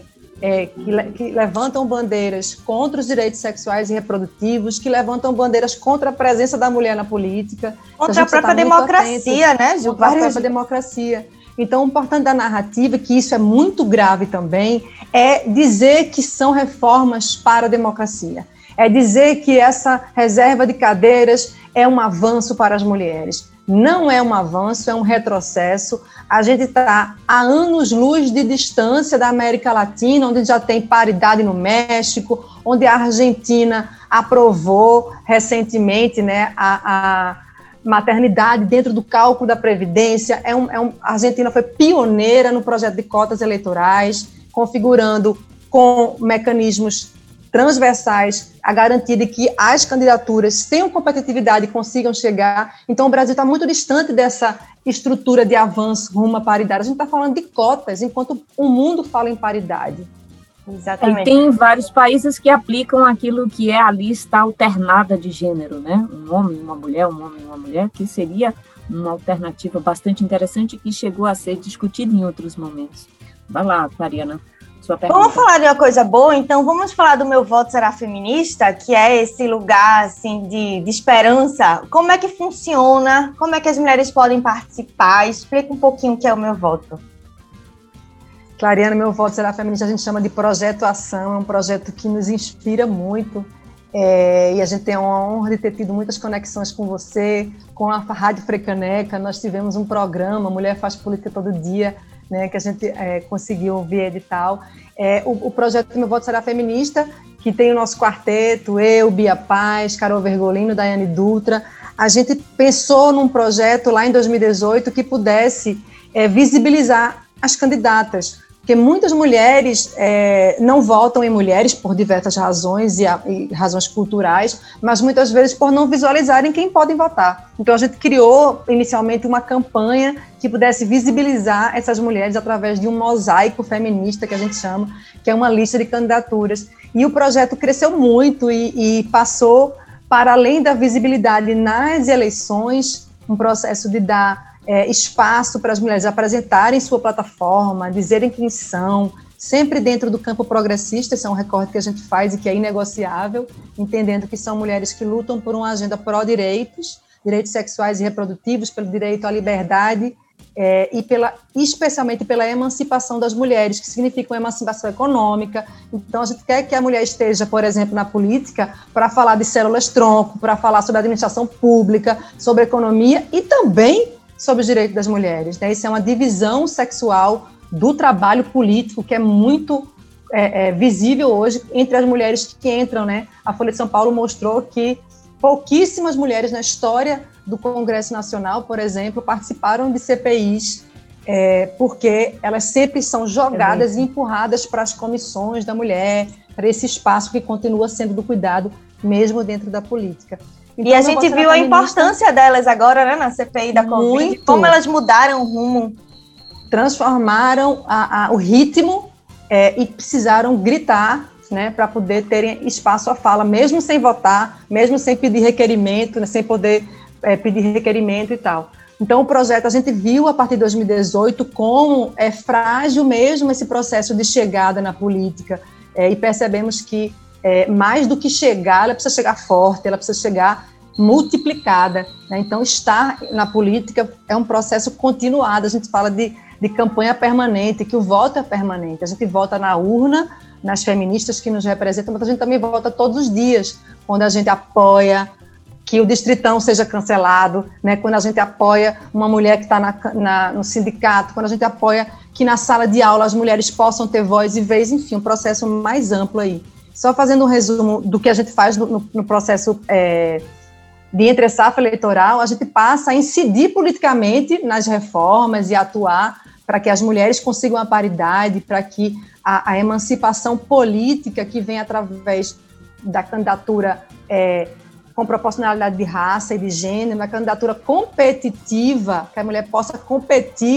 que levantam bandeiras contra os direitos sexuais e reprodutivos, que levantam bandeiras contra a presença da mulher na política. Contra a própria democracia, né, Gil? Contra a própria democracia. Então, o importante da narrativa, que isso é muito grave também, é dizer que são reformas para a democracia. É dizer que essa reserva de cadeiras é um avanço para as mulheres. Não é um avanço, é um retrocesso. A gente está a anos-luz de distância da América Latina, onde já tem paridade no México, onde a Argentina aprovou recentemente, né, a maternidade dentro do cálculo da Previdência. A Argentina foi pioneira no projeto de cotas eleitorais, configurando com mecanismos transversais a garantia de que as candidaturas tenham competitividade e consigam chegar. Então, o Brasil está muito distante dessa estrutura de avanço rumo à paridade. A gente está falando de cotas, enquanto o mundo fala em paridade. Exatamente. E tem vários países que aplicam aquilo que é a lista alternada de gênero, né? Um homem e uma mulher, um homem e uma mulher, que seria uma alternativa bastante interessante que chegou a ser discutida em outros momentos. Vai lá, Clariana. Vamos falar de uma coisa boa, então vamos falar do Meu Voto Será Feminista, que é esse lugar assim, de esperança. Como é que funciona? Como é que as mulheres podem participar? Explica um pouquinho o que é o Meu Voto. Clariana, Meu Voto Será Feminista, a gente chama de Projeto Ação, é um projeto que nos inspira muito, e a gente tem a honra de ter tido muitas conexões com você, com a Rádio Frecaneca. Nós tivemos um programa, Mulher Faz Política Todo Dia, né, que a gente conseguiu via edital. O projeto Meu Voto Será Feminista, que tem o nosso quarteto, eu, Bia Paz, Carol Vergolino, Daiane Dutra. A gente pensou num projeto lá em 2018 que pudesse visibilizar as candidatas, porque muitas mulheres não votam em mulheres por diversas razões e razões culturais, mas muitas vezes por não visualizarem quem podem votar. Então a gente criou inicialmente uma campanha que pudesse visibilizar essas mulheres através de um mosaico feminista, que a gente chama, que é uma lista de candidaturas. E o projeto cresceu muito e passou para além da visibilidade nas eleições, um processo de dar espaço para as mulheres apresentarem sua plataforma, dizerem quem são, sempre dentro do campo progressista. Esse é um recorte que a gente faz e que é inegociável, entendendo que são mulheres que lutam por uma agenda pró-direitos, direitos sexuais e reprodutivos, pelo direito à liberdade e especialmente pela emancipação das mulheres, que significa uma emancipação econômica. Então, a gente quer que a mulher esteja, por exemplo, na política para falar de células-tronco, para falar sobre a administração pública, sobre a economia e também sobre os direitos das mulheres, né? Isso é uma divisão sexual do trabalho político que é muito visível hoje entre as mulheres que entram, né? A Folha de São Paulo mostrou que pouquíssimas mulheres na história do Congresso Nacional, por exemplo, participaram de CPIs, porque elas sempre são jogadas e empurradas para as comissões da mulher, para esse espaço que continua sendo do cuidado, mesmo dentro da política. Então, e a gente viu a importância delas agora, né, na CPI da Covid, como elas mudaram o rumo. Transformaram o ritmo e precisaram gritar, né, para poder terem espaço à fala, mesmo sem votar, mesmo sem pedir requerimento, né, sem poder pedir requerimento e tal. Então, o projeto, a gente viu a partir de 2018 como é frágil mesmo esse processo de chegada na política, e percebemos que mais do que chegar, ela precisa chegar forte, ela precisa chegar multiplicada, né? Então, estar na política é um processo continuado. A gente fala de campanha permanente, que o voto é permanente. A gente vota na urna, nas feministas que nos representam, mas a gente também vota todos os dias, quando a gente apoia que o distritão seja cancelado, né? Quando a gente apoia uma mulher que está no sindicato, quando a gente apoia que na sala de aula as mulheres possam ter voz e vez, enfim, um processo mais amplo aí. Só fazendo um resumo do que a gente faz no processo de entre-safra eleitoral, a gente passa a incidir politicamente nas reformas e atuar para que as mulheres consigam a paridade, para que a emancipação política que vem através da candidatura com proporcionalidade de raça e de gênero, uma candidatura competitiva, que a mulher possa competir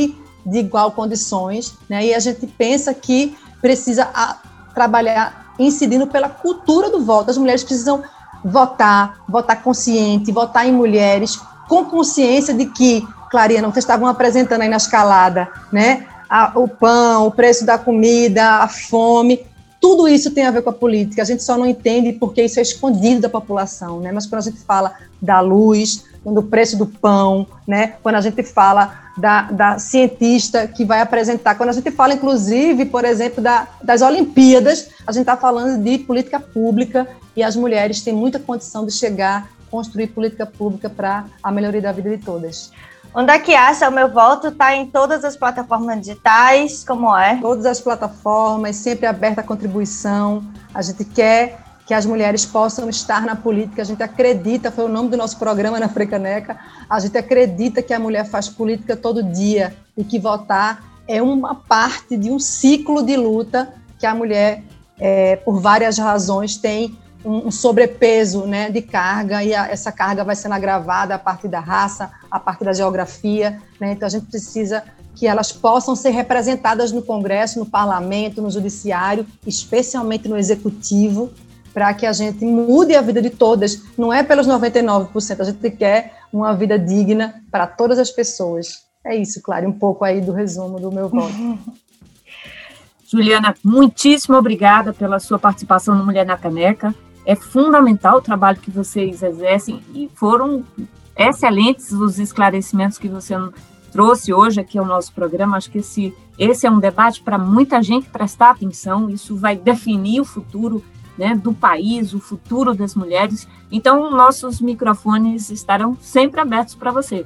de igual condições, né? E a gente pensa que precisa trabalhar incidindo pela cultura do voto. As mulheres precisam votar consciente, votar em mulheres, com consciência de que, Clariana, vocês estavam apresentando aí na escalada, né? O pão, o preço da comida, a fome, tudo isso tem a ver com a política. A gente só não entende porque isso é escondido da população, né? Mas quando a gente fala da luz, do preço do pão, né? Quando a gente fala da cientista que vai apresentar, quando a gente fala, inclusive, por exemplo, das Olimpíadas, a gente está falando de política pública e as mulheres têm muita condição de chegar, construir política pública para a melhoria da vida de todas. Onde é que acha? O Meu Voto está em todas as plataformas digitais, como é? Todas as plataformas, sempre aberta a contribuição. A gente quer que as mulheres possam estar na política, a gente acredita, foi o nome do nosso programa na Frecaneca, a gente acredita que a mulher faz política todo dia e que votar é uma parte de um ciclo de luta que a mulher, por várias razões, tem um sobrepeso, né, de carga, e essa carga vai sendo agravada a partir da raça, a partir da geografia, né? Então a gente precisa que elas possam ser representadas no Congresso, no Parlamento, no Judiciário, especialmente no Executivo, para que a gente mude a vida de todas. Não é pelos 99%, a gente quer uma vida digna para todas as pessoas. É isso, Clara, um pouco aí do resumo do meu voto. Juliana, muitíssimo obrigada pela sua participação no Mulher na Caneca. É fundamental o trabalho que vocês exercem e foram excelentes os esclarecimentos que você trouxe hoje aqui ao nosso programa. Acho que esse é um debate para muita gente prestar atenção. Isso vai definir o futuro, né, do país, o futuro das mulheres. Então, nossos microfones estarão sempre abertos para você.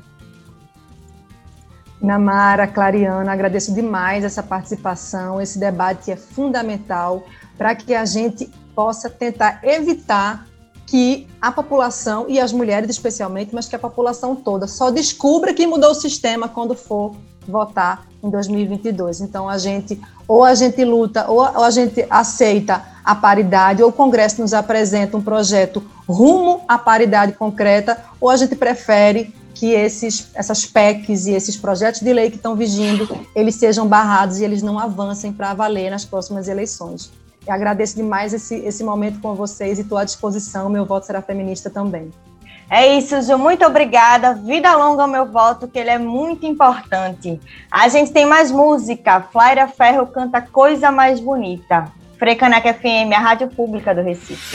Namara, Clariana, agradeço demais essa participação. Esse debate é fundamental para que a gente possa tentar evitar que a população, e as mulheres especialmente, mas que a população toda só descubra que mudou o sistema quando for votar em 2022. Então, ou a gente luta, ou a gente aceita a paridade, ou o Congresso nos apresenta um projeto rumo à paridade concreta, ou a gente prefere que essas PECs e esses projetos de lei que estão vigindo, eles sejam barrados e eles não avancem para valer nas próximas eleições. Eu agradeço demais esse momento com vocês e estou à disposição. Meu voto será feminista também. É isso, Ju. Muito obrigada. Vida longa ao Meu Voto, que ele é muito importante. A gente tem mais música. Flaira Ferro canta Coisa Mais Bonita. Frecaneca FM, a rádio pública do Recife.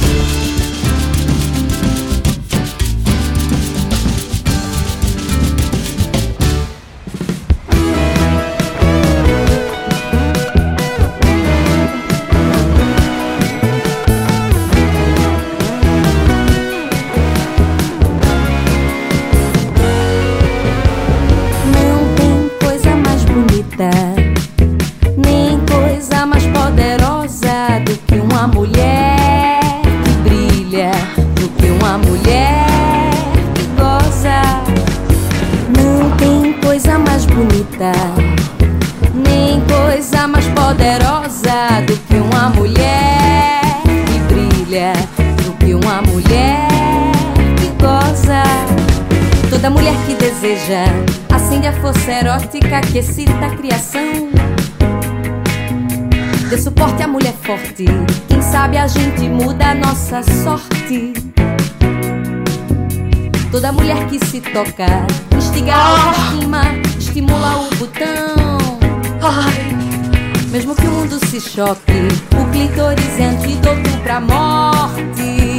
Nem coisa mais poderosa do que uma mulher que brilha, do que uma mulher que goza. Não tem coisa mais bonita, nem coisa mais poderosa do que uma mulher que brilha, do que uma mulher que goza. Toda mulher que deseja acende a força erótica que excita a criação. Dê suporte à mulher forte, quem sabe a gente muda a nossa sorte. Toda mulher que se toca instiga a autoestima, estimula o botão. Mesmo que o mundo se choque, o clítoris é antídoto pra morte.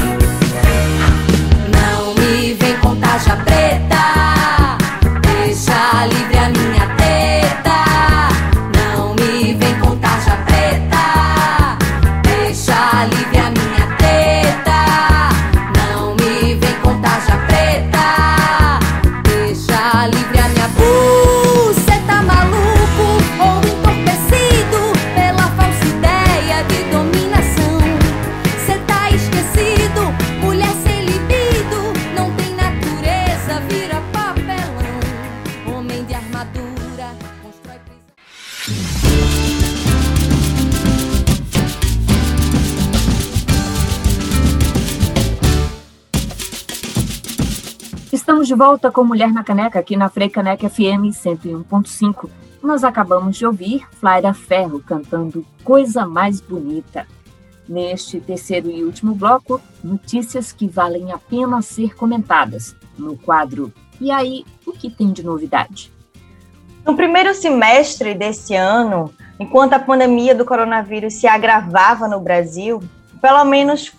Não me vem com taxa preta, deixa livre a minha teta. Não me vem com taxa preta, deixa livre a minha teta. Não me vem com taxa preta, deixa livre a minha Cê tá maluco ou entorpecido pela falsa ideia de dominação? Cê tá esquecido Estamos de volta com Mulher na Caneca, aqui na Freicaneca FM 101.5. Nós acabamos de ouvir Flaira Ferro cantando Coisa Mais Bonita. Neste terceiro e último bloco, notícias que valem a pena ser comentadas, no quadro E aí, o que tem de novidade? No primeiro semestre desse ano, enquanto a pandemia do coronavírus se agravava no Brasil, pelo menos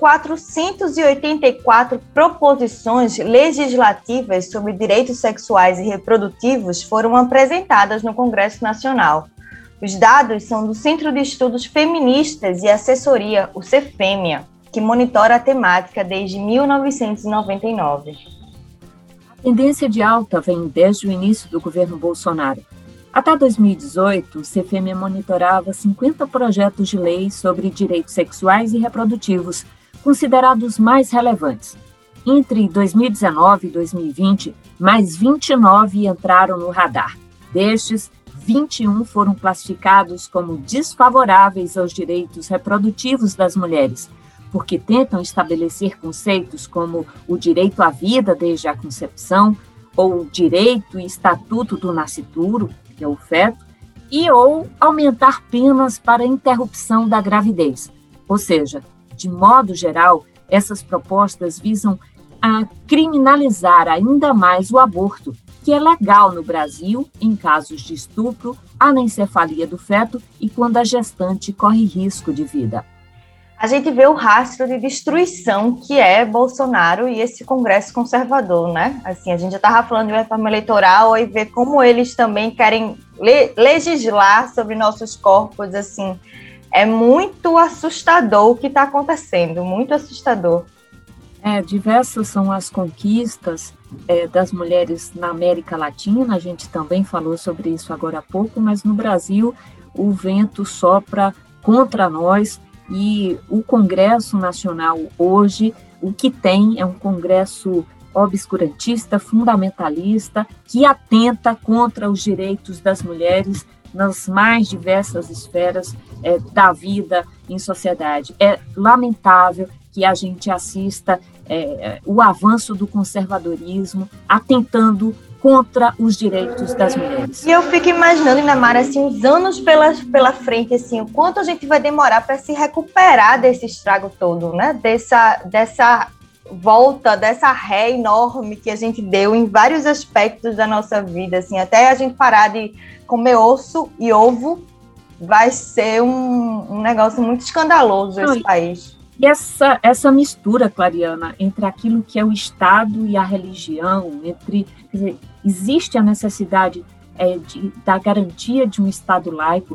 484 proposições legislativas sobre direitos sexuais e reprodutivos foram apresentadas no Congresso Nacional. Os dados são do Centro de Estudos Feministas e Assessoria, o CEFEMIA, que monitora a temática desde 1999. A tendência de alta vem desde o início do governo Bolsonaro. Até 2018, o CEFEMIA monitorava 50 projetos de lei sobre direitos sexuais e reprodutivos, considerados mais relevantes. Entre 2019 e 2020, mais 29 entraram no radar. Destes, 21 foram classificados como desfavoráveis aos direitos reprodutivos das mulheres, porque tentam estabelecer conceitos como o direito à vida desde a concepção, ou o direito e estatuto do nascituro, que é o feto, ou aumentar penas para interrupção da gravidez. Ou seja, de modo geral, essas propostas visam a criminalizar ainda mais o aborto, que é legal no Brasil em casos de estupro, anencefalia do feto e quando a gestante corre risco de vida. A gente vê o rastro de destruição que é Bolsonaro e esse Congresso conservador, né? Assim, a gente já estava falando de reforma eleitoral e ver como eles também querem legislar sobre nossos corpos, assim, é muito assustador o que está acontecendo, muito assustador. Diversas são as conquistas das mulheres na América Latina, a gente também falou sobre isso agora há pouco, mas no Brasil o vento sopra contra nós. E o Congresso Nacional hoje, o que tem é um Congresso obscurantista, fundamentalista, que atenta contra os direitos das mulheres nas mais diversas esferas da vida em sociedade. É lamentável que a gente assista o avanço do conservadorismo atentando contra os direitos das mulheres. E eu fico imaginando, Inamara, assim, uns anos pela frente, assim, o quanto a gente vai demorar para se recuperar desse estrago todo, né? Dessa volta, dessa ré enorme que a gente deu em vários aspectos da nossa vida, assim, até a gente parar de comer osso e ovo, vai ser um negócio muito escandaloso esse país. E essa mistura, Clariana, entre aquilo que é o Estado e a religião, quer dizer, existe a necessidade da garantia de um Estado laico,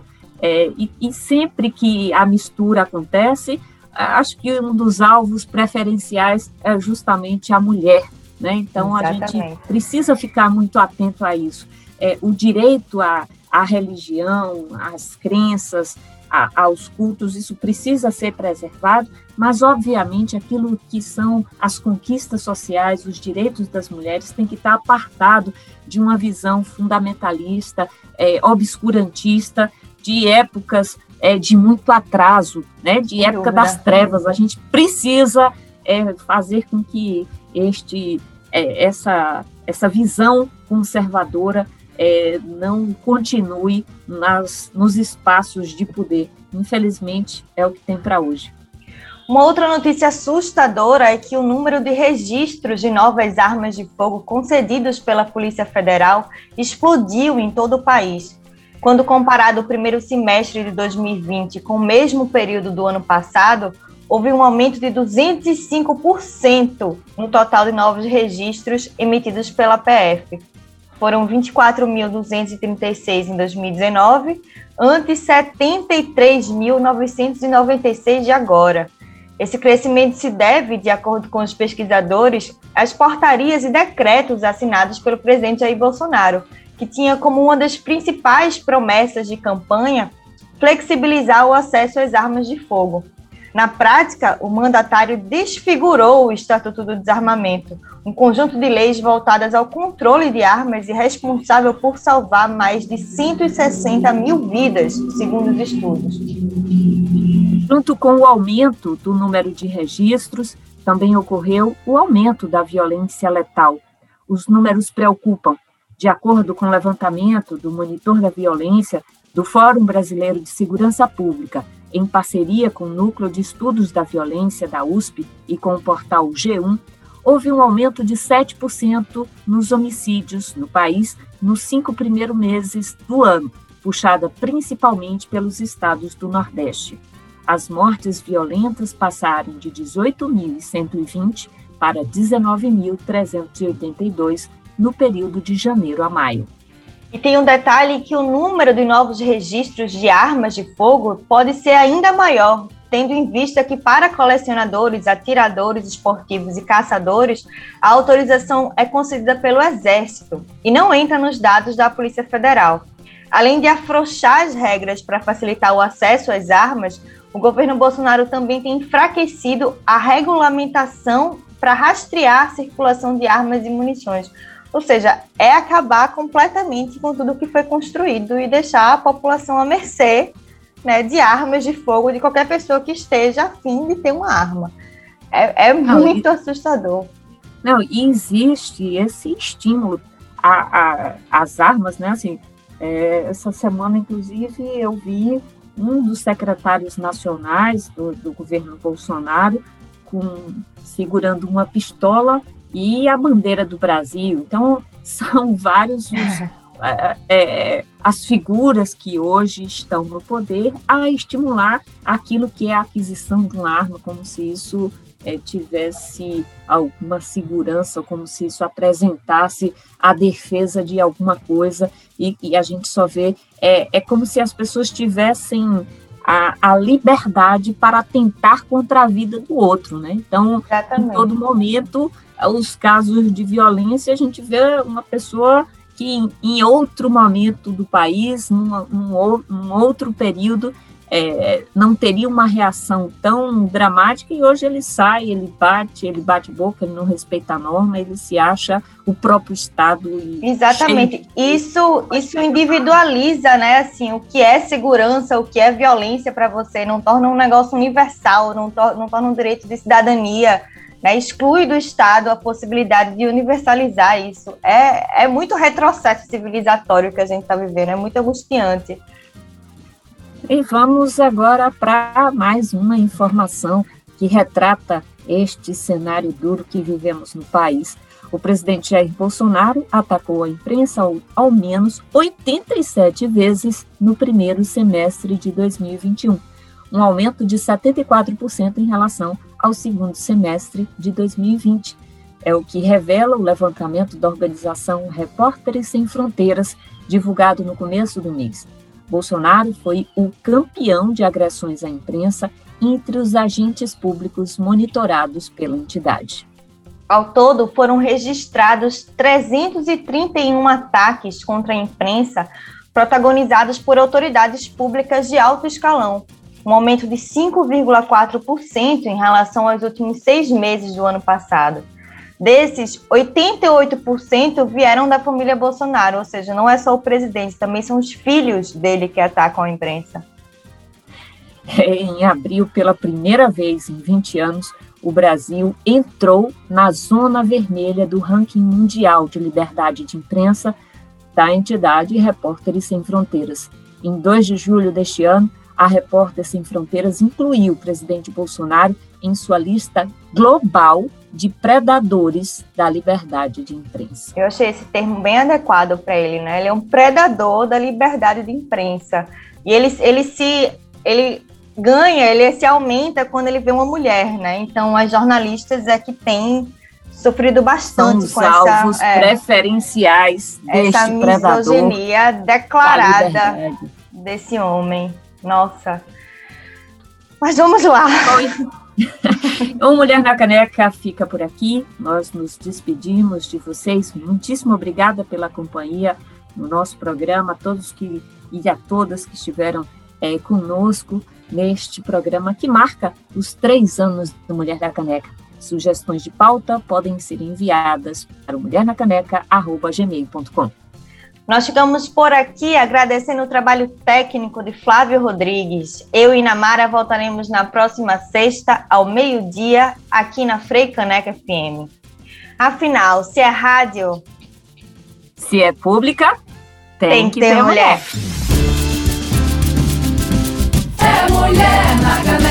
e sempre que a mistura acontece, acho que um dos alvos preferenciais é justamente a mulher, né? Então, exatamente. A gente precisa ficar muito atento a isso. O direito à religião, às crenças, aos cultos, isso precisa ser preservado, mas, obviamente, aquilo que são as conquistas sociais, os direitos das mulheres, tem que estar apartado de uma visão fundamentalista, obscurantista, de épocas de muito atraso, né, de época das trevas. A gente precisa fazer com que essa visão conservadora não continue nos espaços de poder. Infelizmente, é o que tem para hoje. Uma outra notícia assustadora é que o número de registros de novas armas de fogo concedidos pela Polícia Federal explodiu em todo o país. Quando comparado o primeiro semestre de 2020 com o mesmo período do ano passado, houve um aumento de 205% no total de novos registros emitidos pela PF. Foram 24.236 em 2019, ante 73.996 de agora. Esse crescimento se deve, de acordo com os pesquisadores, às portarias e decretos assinados pelo presidente Jair Bolsonaro, que tinha como uma das principais promessas de campanha flexibilizar o acesso às armas de fogo. Na prática, o mandatário desfigurou o Estatuto do Desarmamento, um conjunto de leis voltadas ao controle de armas e responsável por salvar mais de 160 mil vidas, segundo os estudos. Junto com o aumento do número de registros, também ocorreu o aumento da violência letal. os números preocupam. De acordo com o levantamento do Monitor da Violência do Fórum Brasileiro de Segurança Pública, em parceria com o Núcleo de Estudos da Violência da USP e com o portal G1, houve um aumento de 7% nos homicídios no país nos 5 primeiros meses do ano, puxada principalmente pelos estados do Nordeste. As mortes violentas passaram de 18.120 para 19.382 no período de janeiro a maio. E tem um detalhe que o número de novos registros de armas de fogo pode ser ainda maior, tendo em vista que para colecionadores, atiradores esportivos e caçadores, a autorização é concedida pelo Exército e não entra nos dados da Polícia Federal. Além de afrouxar as regras para facilitar o acesso às armas, o governo Bolsonaro também tem enfraquecido a regulamentação para rastrear a circulação de armas e munições. Ou seja, é acabar completamente com tudo que foi construído e deixar a população à mercê, né, de armas de fogo de qualquer pessoa que esteja a fim de ter uma arma. É muito assustador. Não, e existe esse estímulo às armas, né? Assim, essa semana, inclusive, eu vi um dos secretários nacionais do governo Bolsonaro segurando uma pistola e a bandeira do Brasil. Então, são vários as figuras que hoje estão no poder a estimular aquilo que é a aquisição de uma arma, como se isso tivesse alguma segurança, como se isso apresentasse a defesa de alguma coisa, e a gente só vê, como se as pessoas tivessem a liberdade para atentar contra a vida do outro, né? Então, exatamente, em todo momento, os casos de violência, a gente vê uma pessoa que em outro momento do país, num outro período, não teria uma reação tão dramática, e hoje ele sai, ele bate boca, ele não respeita a norma, ele se acha o próprio Estado. Exatamente. Isso individualiza, né, assim, o que é segurança, o que é violência para você, não torna um negócio universal, não torna um direito de cidadania, né, exclui do Estado a possibilidade de universalizar isso. É muito retrocesso civilizatório que a gente está vivendo, é muito angustiante. E vamos agora para mais uma informação que retrata este cenário duro que vivemos no país. O presidente Jair Bolsonaro atacou a imprensa ao menos 87 vezes no primeiro semestre de 2021, um aumento de 74% em relação ao segundo semestre de 2020. É o que revela o levantamento da organização Repórteres Sem Fronteiras, divulgado no começo do mês. Bolsonaro foi o campeão de agressões à imprensa entre os agentes públicos monitorados pela entidade. Ao todo, foram registrados 331 ataques contra a imprensa protagonizados por autoridades públicas de alto escalão, um aumento de 5,4% em relação aos últimos 6 meses do ano passado. Desses, 88% vieram da família Bolsonaro, ou seja, não é só o presidente, também são os filhos dele que atacam a imprensa. Em abril, pela primeira vez em 20 anos, o Brasil entrou na zona vermelha do ranking mundial de liberdade de imprensa da entidade Repórteres Sem Fronteiras. Em 2 de julho deste ano, a Repórteres Sem Fronteiras incluiu o presidente Bolsonaro em sua lista global de predadores da liberdade de imprensa. Eu achei esse termo bem adequado para ele, né? Ele é um predador da liberdade de imprensa. E ele se aumenta quando ele vê uma mulher, né? Então, as jornalistas é que têm sofrido bastante com essa... São os alvos preferenciais deste predador. Essa misoginia declarada desse homem. Nossa. Mas vamos lá. O Mulher na Caneca fica por aqui. Nós nos despedimos de vocês. Muitíssimo obrigada pela companhia no nosso programa, a todos e a todas que estiveram conosco neste programa que marca os 3 anos do Mulher na Caneca. Sugestões de pauta podem ser enviadas para o mulhernacaneca@gmail.com. Nós ficamos por aqui agradecendo o trabalho técnico de Flávio Rodrigues. Eu e Namara voltaremos na próxima sexta, ao meio-dia, aqui na Frei Caneca FM. Afinal, se é rádio, se é pública, tem que ter mulher. É mulher na caneta.